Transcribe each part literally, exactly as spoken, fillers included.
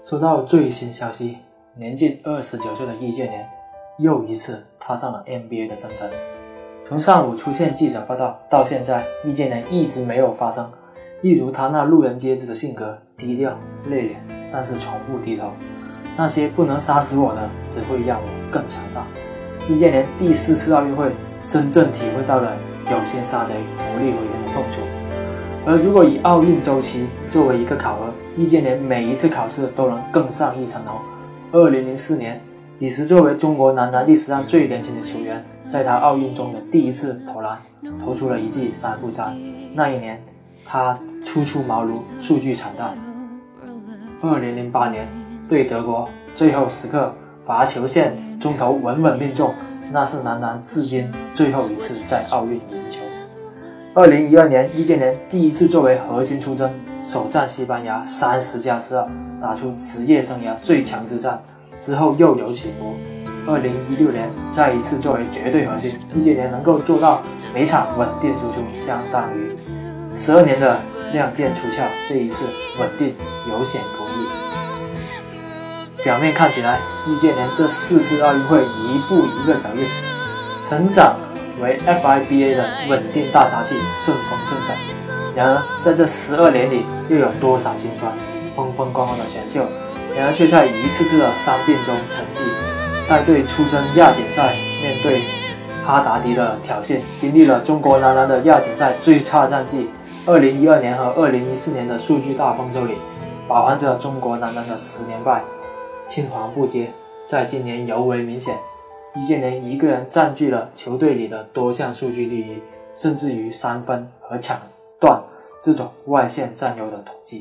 收到最新消息，年仅二十九岁的易建联又一次踏上了 N B A 的征程。从上午出现记者报道到现在，易建联一直没有发声。一如他那路人皆知的性格，低调内敛，但是从不低头。那些不能杀死我的，只会让我更强大。易建联第四次奥运会真正体会到了有心杀贼无力回天的痛楚。而如果以奥运周期作为一个考核，易建联每一次考试都能更上一层楼。二零零四年，李石作为中国男篮历史上最年轻的球员，在他奥运中的第一次投篮，投出了一记三不沾。那一年，他初出茅庐，数据惨淡。二零零八年对德国，最后时刻罚球线中投稳稳命中，那是男篮至今最后一次在奥运赢球。二零一二年，易建联第一次作为核心出征，首战西班牙三十加十二，打出职业生涯最强之战，之后又有起伏。二零一六年，再一次作为绝对核心，易建联能够做到每场稳定输出，相当于十二年的亮剑出鞘，这一次稳定有显不易。表面看起来，易建联这四次奥运会一步一个脚印，成长为 F I B A 的稳定大杀器，顺风顺水。然而在这十二年里，又有多少辛酸？风风光光的选秀，然而却在一次次的伤病中沉寂。带队出征亚锦赛，面对哈达迪的挑衅，经历了中国男篮的亚锦赛最差战绩。二零一二年和二零一四年的数据大丰收里，饱含着中国男篮的十连败，青黄不接，在今年尤为明显。易建联一个人占据了球队里的多项数据第一，甚至于三分和抢断这种外线占优的统计。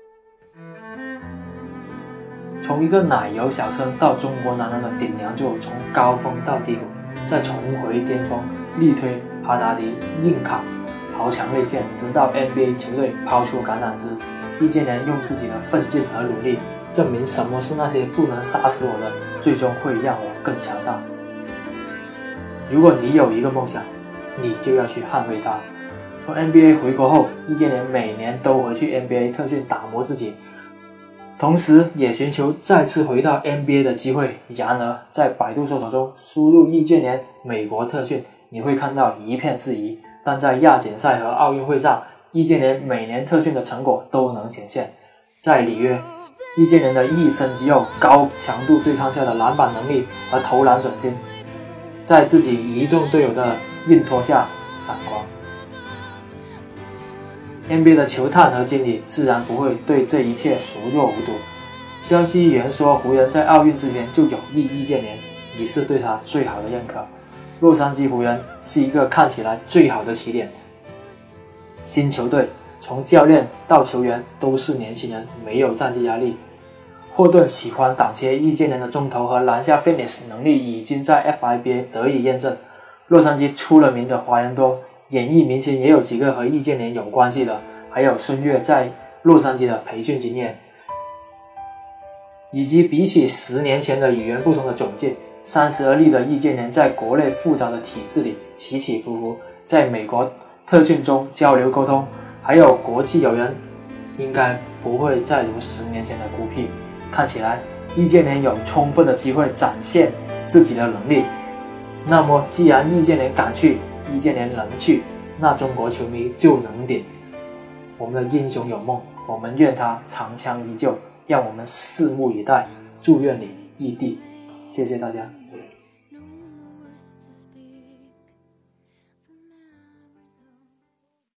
从一个奶油小生到中国男篮的顶梁柱，从高峰到低谷，再重回巅峰，力推哈达迪，硬扛豪强内线，直到 N B A 球队抛出橄榄枝。易建联用自己的奋进和努力，证明什么是那些不能杀死我的，最终会让我更强大。如果你有一个梦想，你就要去捍卫它。从 N B A 回国后，易建联每年都回去 N B A 特训打磨自己，同时也寻求再次回到 N B A 的机会。然而在百度搜索中输入易建联美国特训，你会看到一片质疑，但在亚锦赛和奥运会上，易建联每年特训的成果都能显现。在里约，易建联的一身肌肉、高强度对抗下的篮板能力和投篮准心，在自己一众队友的硬拖下闪光。N B A 的球探和经理自然不会对这一切熟若无睹。消息源说，湖人在奥运之前就有意易建联，已是对他最好的认可。洛杉矶湖人是一个看起来最好的起点。新球队从教练到球员都是年轻人，没有战绩压力。霍顿喜欢挡切易建联的中投和篮下 finish 能力已经在 F I B A 得以验证。洛杉矶出了名的华人多，演艺明星也有几个和易建联有关系的，还有孙悦在洛杉矶的培训经验，以及比起十年前的语言不同的踵进，三十而立的易建联在国内复杂的体制里起起伏伏，在美国特训中交流沟通，还有国际友人，应该不会再如十年前的孤僻。看起来易建联有充分的机会展现自己的能力。那么既然易建联敢去，易建联能去，那中国球迷就能顶。我们的英雄有梦，我们愿他长枪依旧，让我们拭目以待，祝愿你异地。谢谢大家。